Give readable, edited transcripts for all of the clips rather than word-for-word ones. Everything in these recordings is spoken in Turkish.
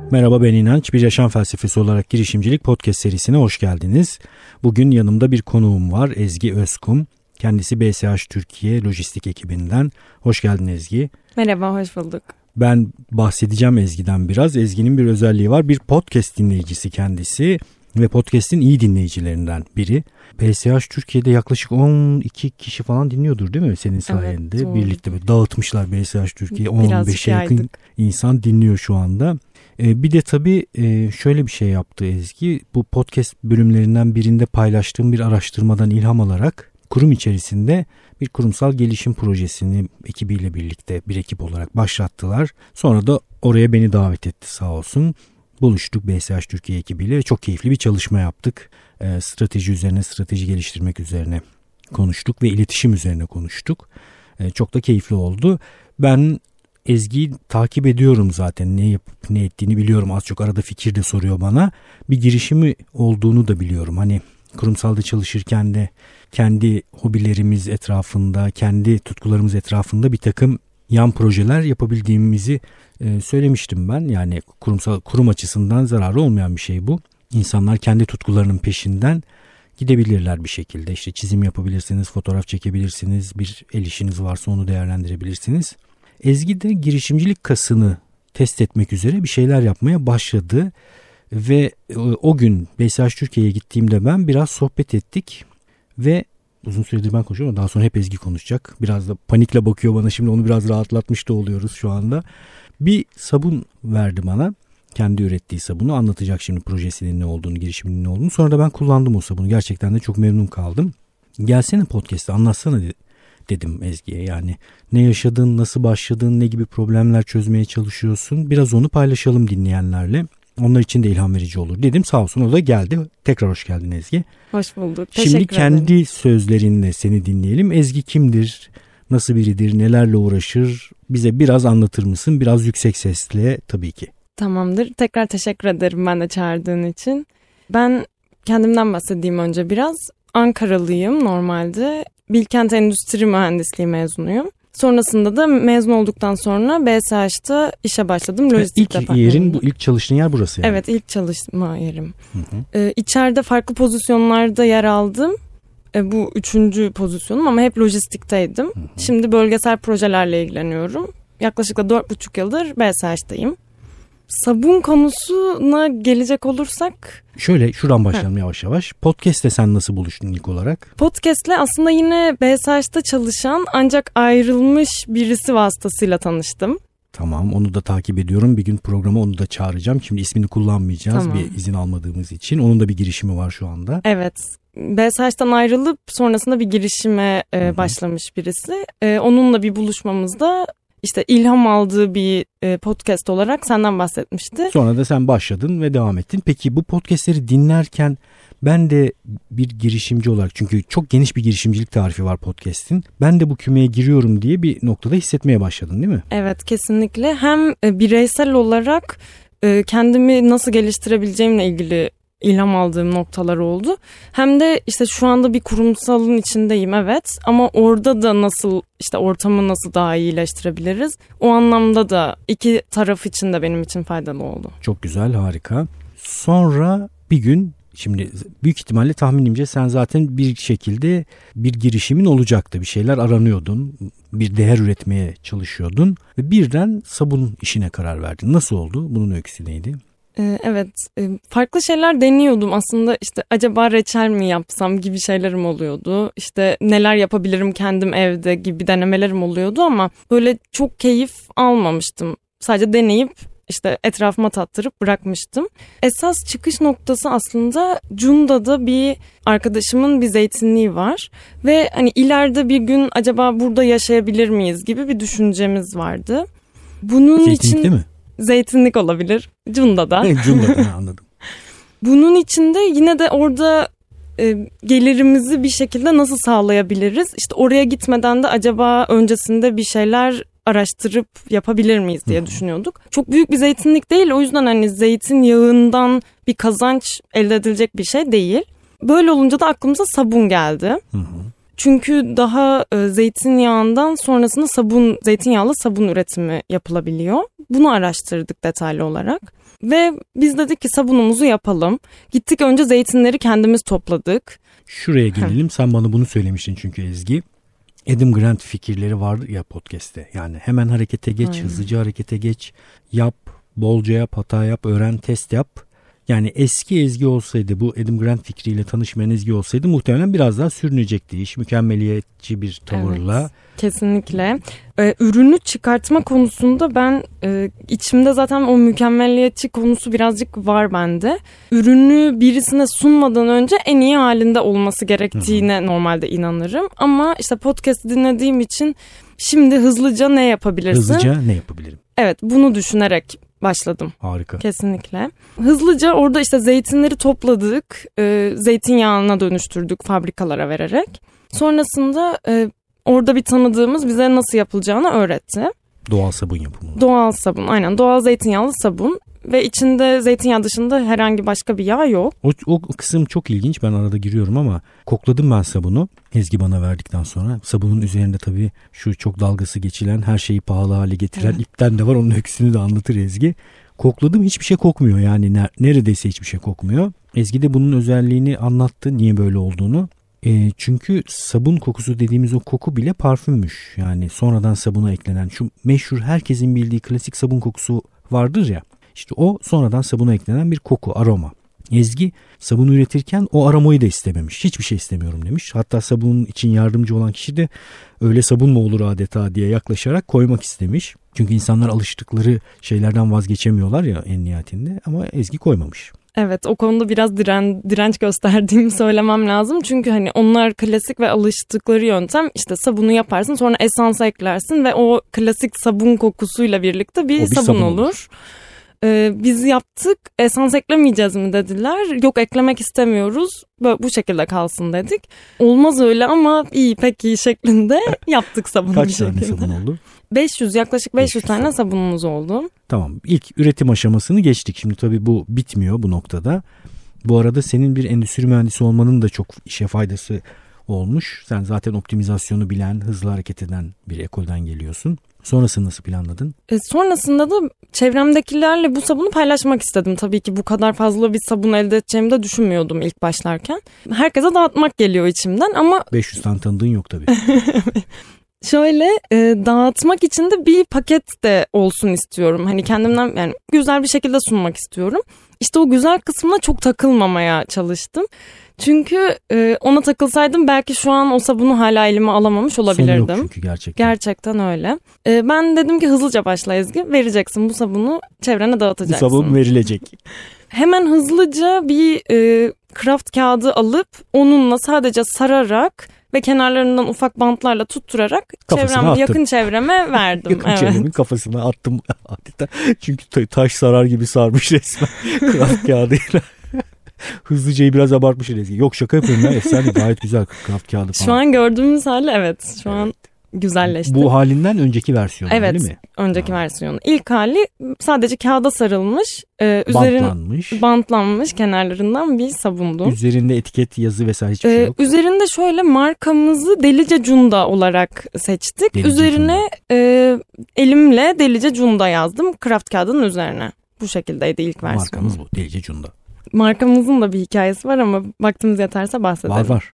Merhaba, ben İnanç. Bir Yaşam Felsefesi olarak girişimcilik podcast serisine hoş geldiniz. Bugün yanımda bir konuğum var, Ezgi Özkum. Kendisi BSH Türkiye Lojistik ekibinden. Hoş geldin Ezgi. Merhaba, hoş bulduk. Ben bahsedeceğim Ezgi'den biraz. Ezgi'nin bir özelliği var. Bir podcast dinleyicisi kendisi ve podcast'in iyi dinleyicilerinden biri. BSH Türkiye'de yaklaşık 12 kişi falan dinliyordur değil mi senin sayende? Evet, birlikte böyle dağıtmışlar BSH Türkiye'ye. 15'e yakın insan dinliyor şu anda. Bir de tabii şöyle bir şey yaptı Ezgi. Bu podcast bölümlerinden birinde paylaştığım bir araştırmadan ilham alarak kurum içerisinde bir kurumsal gelişim projesini ekibiyle birlikte bir ekip olarak başlattılar. Sonra da oraya beni davet etti sağ olsun. Buluştuk BSH Türkiye ekibiyle ve çok keyifli bir çalışma yaptık. Strateji üzerine, strateji geliştirmek üzerine konuştuk ve iletişim üzerine konuştuk. Çok da keyifli oldu. Ben Ezgi'yi takip ediyorum zaten. Ne yapıp ne ettiğini biliyorum. Az çok arada fikir de soruyor bana. Bir girişimi olduğunu da biliyorum. Hani kurumsalda çalışırken de kendi hobilerimiz etrafında, kendi tutkularımız etrafında bir takım yan projeler yapabildiğimizi söylemiştim ben. Yani kurum açısından zararı olmayan bir şey bu. İnsanlar kendi tutkularının peşinden gidebilirler bir şekilde. İşte çizim yapabilirsiniz, fotoğraf çekebilirsiniz, bir el işiniz varsa onu değerlendirebilirsiniz. Ezgi de girişimcilik kasını test etmek üzere bir şeyler yapmaya başladı ve o gün BSH Türkiye'ye gittiğimde ben biraz sohbet ettik ve uzun süredir ben konuşuyorum ama daha sonra hep Ezgi konuşacak. Biraz da panikle bakıyor bana, şimdi onu biraz rahatlatmış da oluyoruz şu anda. Bir sabun verdi bana, kendi ürettiği sabunu, anlatacak şimdi projesinin ne olduğunu, girişiminin ne olduğunu. Sonra da ben kullandım o sabunu, gerçekten de çok memnun kaldım. Gelsene podcast'te anlatsana dedim Ezgi'ye. Yani ne yaşadın, nasıl başladın, ne gibi problemler çözmeye çalışıyorsun, biraz onu paylaşalım dinleyenlerle. Onlar için de ilham verici olur dedim. Sağ olsun o da geldi. Tekrar hoş geldin Ezgi. Hoş bulduk. Şimdi kendi sözlerinle seni dinleyelim. Ezgi kimdir, nasıl biridir, nelerle uğraşır, bize biraz anlatır mısın? Biraz yüksek sesle tabii ki. Tamamdır. Tekrar teşekkür ederim ben de çağırdığın için. Ben kendimden bahsedeyim önce biraz. Ankaralıyım normalde. Bilkent Endüstri Mühendisliği mezunuyum. Sonrasında da mezun olduktan sonra BSH'ta işe başladım. Lojistik departmanında. İlk yerin, ilk çalıştığın yer burası yani. Evet, ilk çalışma yerim. İçeride farklı pozisyonlarda yer aldım. Bu 3. pozisyonum ama hep lojistikteydim. Şimdi bölgesel projelerle ilgileniyorum. Yaklaşık da 4,5 yıldır BSH'tayım. Sabun konusuna gelecek olursak... Şöyle şuradan başlayalım yavaş yavaş. Podcast'te sen nasıl buluştun ilk olarak? Podcast'le aslında yine BSH'ta çalışan ancak ayrılmış birisi vasıtasıyla tanıştım. Tamam, onu da takip ediyorum. Bir gün programa onu da çağıracağım. Şimdi ismini kullanmayacağız, tamam, bir izin almadığımız için. Onun da bir girişimi var şu anda. Evet. BSH'tan ayrılıp sonrasında bir girişime başlamış birisi. Onunla bir buluşmamızda İşte ilham aldığı bir podcast olarak senden bahsetmişti. Sonra da sen başladın ve devam ettin. Peki bu podcastleri dinlerken ben de bir girişimci olarak, çünkü çok geniş bir girişimcilik tarifi var podcast'in, ben de bu kümeye giriyorum diye bir noktada hissetmeye başladın değil mi? Evet, kesinlikle. Hem bireysel olarak kendimi nasıl geliştirebileceğimle ilgili ilham aldığım noktalar oldu. Hem de işte şu anda bir kurumsalın içindeyim, evet, ama orada da nasıl, işte ortamı nasıl daha iyileştirebiliriz? O anlamda da iki taraf için de benim için faydalı oldu. Çok güzel, harika. Sonra bir gün, şimdi büyük ihtimalle tahminimce sen zaten bir şekilde bir girişimin olacaktı. Bir şeyler aranıyordun, bir değer üretmeye çalışıyordun ve birden sabun işine karar verdin. Nasıl oldu? Bunun öyküsü neydi? Evet, farklı şeyler deniyordum aslında. İşte acaba reçel mi yapsam gibi şeylerim oluyordu. İşte neler yapabilirim kendim evde gibi denemelerim oluyordu ama böyle çok keyif almamıştım. Sadece deneyip işte etrafıma tattırıp bırakmıştım. Esas çıkış noktası aslında Cunda'da bir arkadaşımın bir zeytinliği var ve hani ileride bir gün acaba burada yaşayabilir miyiz gibi bir düşüncemiz vardı. Bunun Zeytinlik için değil mi? Zeytinlik olabilir. Cunda'da. Cunda'da, anladım. Bunun için de yine de orada gelirimizi bir şekilde nasıl sağlayabiliriz? İşte oraya gitmeden de acaba öncesinde bir şeyler araştırıp yapabilir miyiz diye düşünüyorduk. Çok büyük bir zeytinlik değil, o yüzden hani zeytinyağından bir kazanç elde edilecek bir şey değil. Böyle olunca da aklımıza sabun geldi. Çünkü daha zeytinyağından sonrasında zeytinyağlı sabun üretimi yapılabiliyor. Bunu araştırdık detaylı olarak. Ve biz dedik ki sabunumuzu yapalım. Gittik önce zeytinleri kendimiz topladık. Şuraya gelelim. Sen bana bunu söylemiştin çünkü Ezgi. Adam Grant fikirleri vardı ya podcast'te. Yani hemen harekete geç, hızlıca harekete geç, yap, bolca yap, hata yap, öğren, test yap. Yani eski Ezgi olsaydı, bu Adam Grant fikriyle tanışmayan Ezgi olsaydı muhtemelen biraz daha sürünecekti iş. Mükemmeliyetçi bir tavırla. Evet, kesinlikle. Ürünü çıkartma konusunda ben içimde zaten o mükemmeliyetçi konusu birazcık var bende. Ürünü birisine sunmadan önce en iyi halinde olması gerektiğine normalde inanırım. Ama işte podcast'ı dinlediğim için şimdi hızlıca ne yapabilirsin? Hızlıca ne yapabilirim? Evet, bunu düşünerek başladım. Harika. Kesinlikle. Hızlıca orada işte zeytinleri topladık. Zeytinyağına dönüştürdük fabrikalara vererek. Sonrasında orada bir tanıdığımız bize nasıl yapılacağını öğretti. Doğal sabun yapımı. Doğal sabun, aynen. Doğal zeytinyağlı sabun. Ve içinde zeytinyağı dışında herhangi başka bir yağ yok. O kısım çok ilginç. Ben arada giriyorum ama kokladım ben sabunu. Ezgi bana verdikten sonra. Sabunun üzerinde tabii şu çok dalgası geçilen, her şeyi pahalı hale getiren ipten de var. Onun öyküsünü de anlatır Ezgi. Kokladım, hiçbir şey kokmuyor. Yani neredeyse hiçbir şey kokmuyor. Ezgi de bunun özelliğini anlattı. Niye böyle olduğunu. Çünkü sabun kokusu dediğimiz o koku bile parfümmüş. Yani sonradan sabuna eklenen şu meşhur herkesin bildiği klasik sabun kokusu vardır ya. İşte o sonradan sabuna eklenen bir koku, aroma. Ezgi sabun üretirken o aromayı da istememiş. Hiçbir şey istemiyorum demiş. Hatta sabunun için yardımcı olan kişi de öyle sabun mu olur adeta diye yaklaşarak koymak istemiş. Çünkü insanlar alıştıkları şeylerden vazgeçemiyorlar ya en nihayetinde, ama Ezgi koymamış. Evet, o konuda biraz direnç gösterdiğimi söylemem lazım. Çünkü hani onlar klasik ve alıştıkları yöntem, işte sabunu yaparsın, sonra esans eklersin ve o klasik sabun kokusuyla birlikte bir sabun olur. Biz yaptık, esans eklemeyeceğiz mi dediler. Yok, eklemek istemiyoruz, böyle bu şekilde kalsın dedik. Olmaz öyle ama iyi, peki şeklinde yaptık sabunu. Kaç tane sabun oldu? Yaklaşık 500 tane sabunumuz oldu. Tamam, ilk üretim aşamasını geçtik. Şimdi tabii bu bitmiyor bu noktada. Bu arada senin bir endüstri mühendisi olmanın da çok işe faydası olmuş. Sen zaten optimizasyonu bilen, hızlı hareket eden bir ekolden geliyorsun. Sonrasını nasıl planladın? Sonrasında da çevremdekilerle bu sabunu paylaşmak istedim. Tabii ki bu kadar fazla bir sabun elde edeceğimi de düşünmüyordum ilk başlarken. Herkese dağıtmak geliyor içimden ama... 500 tane tanıdığın yok tabii. Şöyle dağıtmak için de bir paket de olsun istiyorum. Hani kendimden yani güzel bir şekilde sunmak istiyorum. İşte o güzel kısmına çok takılmamaya çalıştım. Çünkü ona takılsaydım belki şu an o sabunu hala elime alamamış olabilirdim. Sonu yok çünkü gerçekten. Gerçekten öyle. Ben dedim ki hızlıca başla Ezgi. Vereceksin bu sabunu, çevrene dağıtacaksın. Bu sabun verilecek. Hemen hızlıca bir kraft kağıdı alıp onunla sadece sararak ve kenarlarından ufak bantlarla tutturarak yakın çevreme verdim. Yakın çevremin kafasına attım adeta. Çünkü taş sarar gibi sarmış resmen kraft kağıdıyla. Hızlıcayı biraz abartmış Ezgi. Yok, şaka yapıyorum ya. Efsane, gayet güzel kraft kağıdı falan. Şu an gördüğümüz hali şu an güzelleşti. Bu halinden önceki versiyonu değil mi? Evet, önceki versiyonu. İlk hali sadece kağıda sarılmış, bantlanmış kenarlarından bir sabundu. Üzerinde etiket, yazı vesaire hiçbir şey yok. Üzerinde şöyle markamızı Delice Cunda olarak seçtik. Üzerine elimle Delice Cunda yazdım kraft kağıdının üzerine. Bu şekildeydi ilk versiyonu. Markamız bu, Delice Cunda. Markamızın da bir hikayesi var ama vaktimiz yeterse bahsedelim. Var.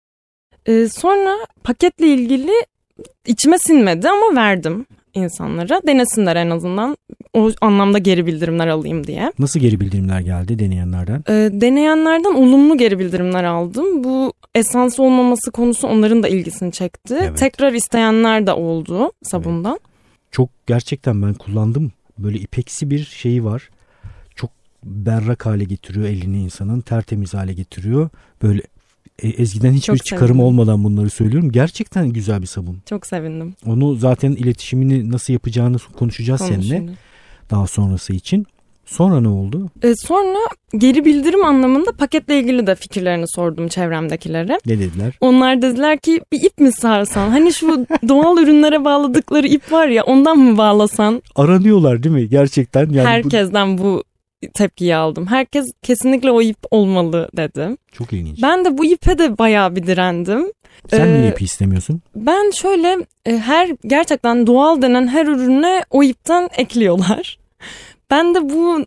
Sonra paketle ilgili içime sinmedi ama verdim insanlara. Denesinler en azından. O anlamda geri bildirimler alayım diye. Nasıl geri bildirimler geldi deneyenlerden? Deneyenlerden olumlu geri bildirimler aldım. Bu esans olmaması konusu onların da ilgisini çekti. Evet. Tekrar isteyenler de oldu sabundan. Evet. Çok gerçekten ben kullandım. Böyle ipeksi bir şeyi var. Çok berrak hale getiriyor elini insanın. Tertemiz hale getiriyor. Böyle Ezgi'den hiçbir çıkarım olmadan bunları söylüyorum. Gerçekten güzel bir sabun. Çok sevindim. Onu zaten iletişimini nasıl yapacağını konuşacağız seninle daha sonrası için. Sonra ne oldu? Sonra geri bildirim anlamında paketle ilgili de fikirlerini sordum çevremdekilere. Ne dediler? Onlar dediler ki bir ip mi sarsan? Hani şu doğal ürünlere bağladıkları ip var ya, ondan mı bağlasan? Aranıyorlar değil mi? Gerçekten. Yani herkesten bu tepkiyi aldım. Herkes kesinlikle o ip olmalı dedi. Çok ilginç. Ben de bu ipe de bayağı bir direndim. Sen niye ipi istemiyorsun? Ben şöyle gerçekten doğal denen her ürüne o ipten ekliyorlar. Ben de bu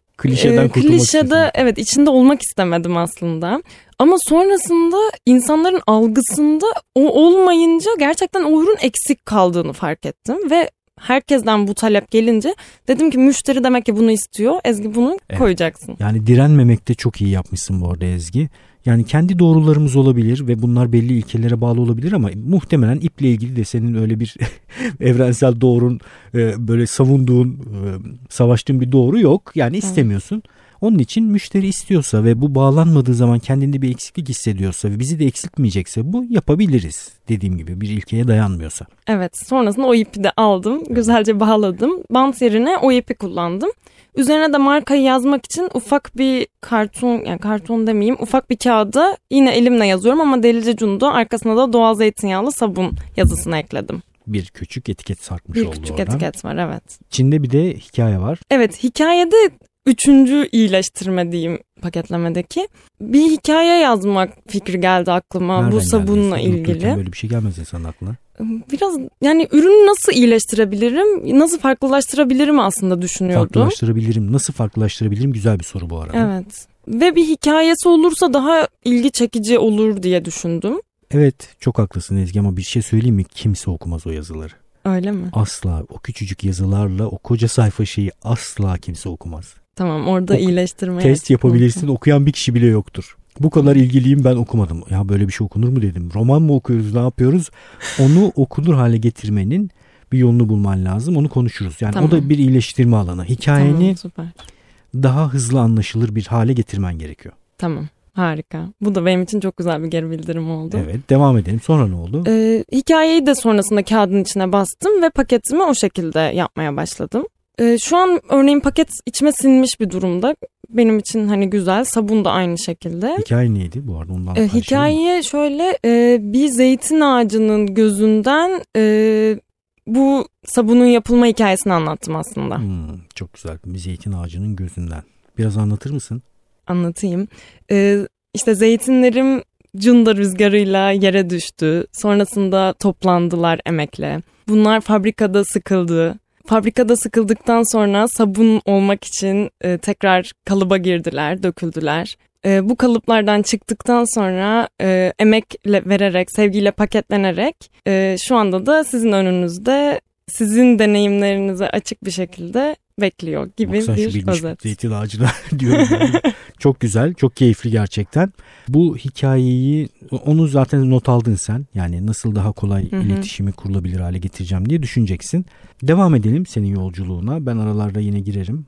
klişede evet içinde olmak istemedim aslında. Ama sonrasında insanların algısında o olmayınca gerçekten o ürün eksik kaldığını fark ettim. Ve herkesten bu talep gelince dedim ki müşteri demek ki bunu istiyor. Ezgi bunu koyacaksın. Yani direnmemekte çok iyi yapmışsın bu arada Ezgi. Yani kendi doğrularımız olabilir ve bunlar belli ilkelere bağlı olabilir ama muhtemelen iple ilgili de senin öyle bir evrensel doğrun böyle savunduğun, savaştığın bir doğru yok. Yani istemiyorsun. Onun için müşteri istiyorsa ve bu bağlanmadığı zaman kendinde bir eksiklik hissediyorsa ve bizi de eksiltmeyecekse bu yapabiliriz. Dediğim gibi bir ilkeye dayanmıyorsa. Evet, sonrasında o ipi de aldım. Güzelce bağladım. Bant yerine o ipi kullandım. Üzerine de markayı yazmak için ufak bir karton demeyeyim, ufak bir kağıda yine elimle yazıyorum ama delice cundu, arkasına da doğal zeytinyağlı sabun yazısını ekledim. Bir küçük etiket sarkmış oldu oradan. Bir küçük etiket var, evet. İçinde bir de hikaye var. Evet, hikayede 3. iyileştirme diyeyim paketlemedeki. Bir hikaye yazmak fikri geldi aklıma. Nereden bu sabunla geldi? ilgili. Böyle bir şey gelmez insanın aklına. Biraz yani ürünü nasıl iyileştirebilirim, nasıl farklılaştırabilirim aslında düşünüyordum. Farklılaştırabilirim, nasıl farklılaştırabilirim güzel bir soru bu arada. Evet ve bir hikayesi olursa daha ilgi çekici olur diye düşündüm. Evet, çok haklısın Ezgi ama bir şey söyleyeyim mi? Kimse okumaz o yazıları. Öyle mi? Asla, o küçücük yazılarla o koca sayfa şeyi asla kimse okumaz. Tamam, orada iyileştirmeye. Test yapabilirsin, okuyan bir kişi bile yoktur. Bu kadar ilgiliyim, ben okumadım. Ya böyle bir şey okunur mu dedim. Roman mı okuyoruz, ne yapıyoruz? Onu okunur hale getirmenin bir yolunu bulman lazım. Onu konuşuruz. Yani tamam. O da bir iyileştirme alanı. Hikayeni daha hızlı anlaşılır bir hale getirmen gerekiyor. Tamam. Harika. Bu da benim için çok güzel bir geri bildirim oldu. Evet, devam edelim. Sonra ne oldu? Hikayeyi de sonrasında kağıdın içine bastım ve paketimi o şekilde yapmaya başladım. Şu an örneğin paket içime sinmiş bir durumda. Benim için hani güzel. Sabun da aynı şekilde. Hikaye neydi bu arada? Ondan hikaye şöyle bir zeytin ağacının gözünden bu sabunun yapılma hikayesini anlattım aslında. Çok güzel. Bir zeytin ağacının gözünden. Biraz anlatır mısın? Anlatayım. İşte zeytinlerim cunda rüzgarıyla yere düştü. Sonrasında toplandılar emekle. Bunlar fabrikada sıkıldı. Fabrikada sıkıldıktan sonra sabun olmak için tekrar kalıba girdiler, döküldüler. Bu kalıplardan çıktıktan sonra emekle vererek, sevgiyle paketlenerek şu anda da sizin önünüzde sizin deneyimlerinize açık bir şekilde bekliyor gibi bir özet. Zeytin ağacına diyorum. Çok güzel, çok keyifli gerçekten. Bu hikayeyi, onu zaten not aldın sen. Yani nasıl daha kolay iletişimi kurulabilir hale getireceğim diye düşüneceksin. Devam edelim senin yolculuğuna. Ben aralarda yine girerim.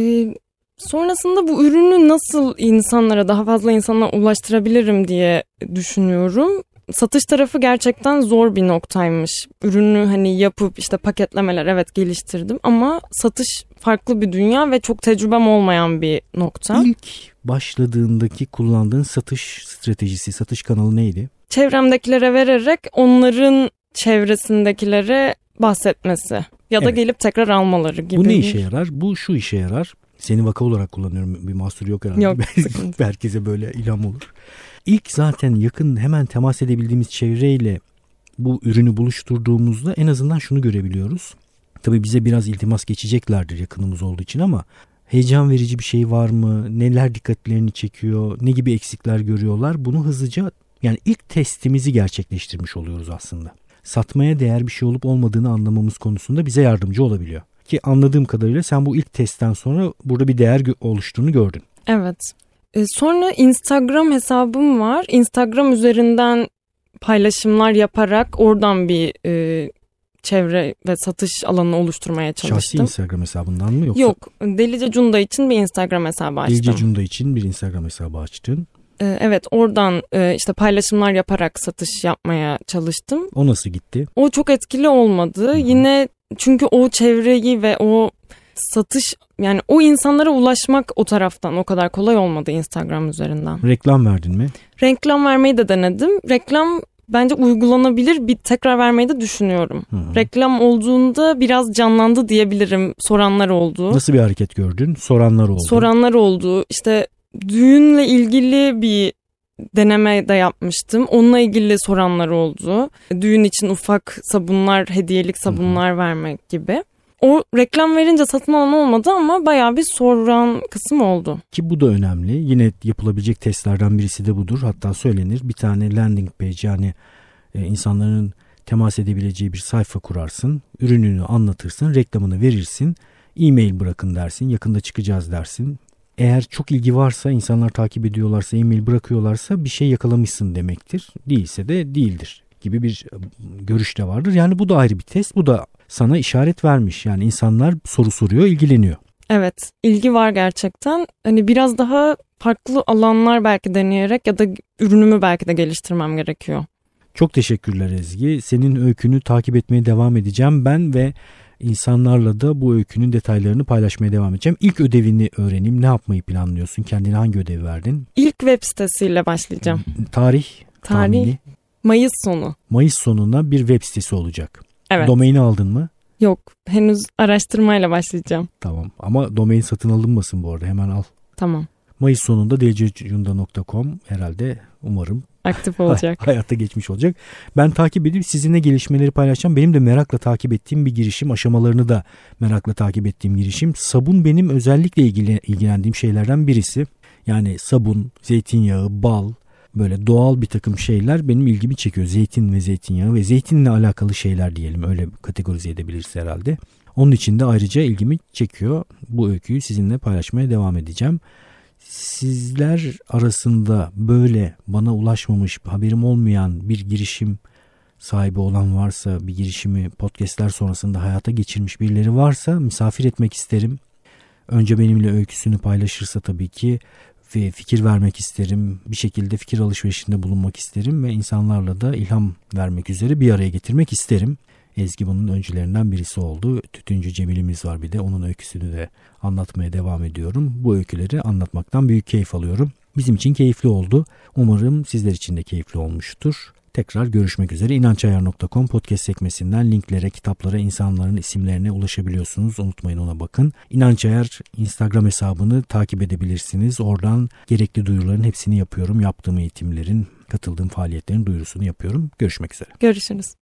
Sonrasında bu ürünü nasıl insanlara, daha fazla insana ulaştırabilirim diye düşünüyorum. Satış tarafı gerçekten zor bir noktaymış. Ürünü hani yapıp işte paketlemeler evet geliştirdim ama satış farklı bir dünya ve çok tecrübem olmayan bir nokta. İlk başladığındaki kullandığın satış stratejisi, satış kanalı neydi? Çevremdekilere vererek onların çevresindekilere bahsetmesi ya da gelip tekrar almaları gibi. Bu ne işe yarar? Bu şu işe yarar. Seni vaka olarak kullanıyorum. Bir mahsur yok herhalde. Yok. Herkese böyle ilham olur. İlk zaten yakın hemen temas edebildiğimiz çevreyle bu ürünü buluşturduğumuzda en azından şunu görebiliyoruz. Tabii bize biraz iltimas geçeceklerdir yakınımız olduğu için ama heyecan verici bir şey var mı? Neler dikkatlerini çekiyor? Ne gibi eksikler görüyorlar? Bunu hızlıca yani ilk testimizi gerçekleştirmiş oluyoruz aslında. Satmaya değer bir şey olup olmadığını anlamamız konusunda bize yardımcı olabiliyor. Ki anladığım kadarıyla sen bu ilk testten sonra burada bir değer oluştuğunu gördün. Evet. Sonra Instagram hesabım var. Instagram üzerinden paylaşımlar yaparak oradan bir çevre ve satış alanını oluşturmaya çalıştım. Şahsi Instagram hesabından mı yoksa? Yok. Delice Cunda için bir Instagram hesabı açtım. Delice Cunda için bir Instagram hesabı açtın. Evet, oradan işte paylaşımlar yaparak satış yapmaya çalıştım. O nasıl gitti? O çok etkili olmadı. Hı-hı. Yine çünkü o çevreyi ve o satış yani o insanlara ulaşmak o taraftan o kadar kolay olmadı Instagram üzerinden. Reklam verdin mi? Reklam vermeyi de denedim. Reklam bence uygulanabilir, bir tekrar vermeyi de düşünüyorum. Reklam olduğunda biraz canlandı diyebilirim. Soranlar oldu. Nasıl bir hareket gördün? Soranlar oldu. Soranlar oldu. İşte düğünle ilgili bir deneme de yapmıştım. Onunla ilgili soranlar oldu. Düğün için ufak sabunlar, hediyelik sabunlar vermek gibi. O reklam verince satın alan olmadı ama bayağı bir soran kısım oldu. Ki bu da önemli. Yine yapılabilecek testlerden birisi de budur. Hatta söylenir, bir tane landing page, yani insanların temas edebileceği bir sayfa kurarsın. Ürününü anlatırsın, reklamını verirsin. E-mail bırakın dersin, yakında çıkacağız dersin. Eğer çok ilgi varsa, insanlar takip ediyorlarsa, e-mail bırakıyorlarsa bir şey yakalamışsın demektir. Değilse de değildir gibi bir görüş de vardır. Yani bu da ayrı bir test. Bu da sana işaret vermiş. Yani insanlar soru soruyor, ilgileniyor. Evet, ilgi var gerçekten. Hani biraz daha farklı alanlar belki deneyerek ya da ürünümü belki de geliştirmem gerekiyor. Çok teşekkürler Ezgi. Senin öykünü takip etmeye devam edeceğim ben ve insanlarla da bu öykünün detaylarını paylaşmaya devam edeceğim. İlk ödevini öğreneyim. Ne yapmayı planlıyorsun? Kendine hangi ödevi verdin? İlk web sitesiyle başlayacağım. Tarih tahmini? Mayıs sonu. Mayıs sonuna bir web sitesi olacak. Evet. Domaini aldın mı? Yok, henüz araştırmayla başlayacağım. Tamam, ama domain satın alınmasın bu arada, hemen al. Tamım. Mayıs sonunda dlcjunda.com herhalde, umarım aktif olacak. Hayata geçmiş olacak. Ben takip edip sizinle gelişmeleri paylaşacağım. Benim de merakla takip ettiğim bir girişim, aşamalarını da merakla takip ettiğim girişim. Sabun benim özellikle ilgilendiğim şeylerden birisi. Yani sabun, zeytinyağı, bal, böyle doğal bir takım şeyler benim ilgimi çekiyor. Zeytin ve zeytinyağı ve zeytinle alakalı şeyler diyelim, öyle kategorize edebiliriz herhalde. Onun için de ayrıca ilgimi çekiyor. Bu öyküyü sizinle paylaşmaya devam edeceğim. Sizler arasında böyle bana ulaşmamış, haberim olmayan bir girişim sahibi olan varsa, bir girişimi podcastler sonrasında hayata geçirmiş birileri varsa misafir etmek isterim. Önce benimle öyküsünü paylaşırsa tabii ki ve fikir vermek isterim. Bir şekilde fikir alışverişinde bulunmak isterim ve insanlarla da ilham vermek üzere bir araya getirmek isterim. Ezgi bunun öncülerinden birisi oldu. Tütüncü Cemil'imiz var bir de. Onun öyküsünü de anlatmaya devam ediyorum. Bu öyküleri anlatmaktan büyük keyif alıyorum. Bizim için keyifli oldu. Umarım sizler için de keyifli olmuştur. Tekrar görüşmek üzere. İnançayar.com podcast sekmesinden linklere, kitaplara, insanların isimlerine ulaşabiliyorsunuz. Unutmayın, ona bakın. İnanç Ayar Instagram hesabını takip edebilirsiniz. Oradan gerekli duyuruların hepsini yapıyorum. Yaptığım eğitimlerin, katıldığım faaliyetlerin duyurusunu yapıyorum. Görüşmek üzere. Görüşürüz.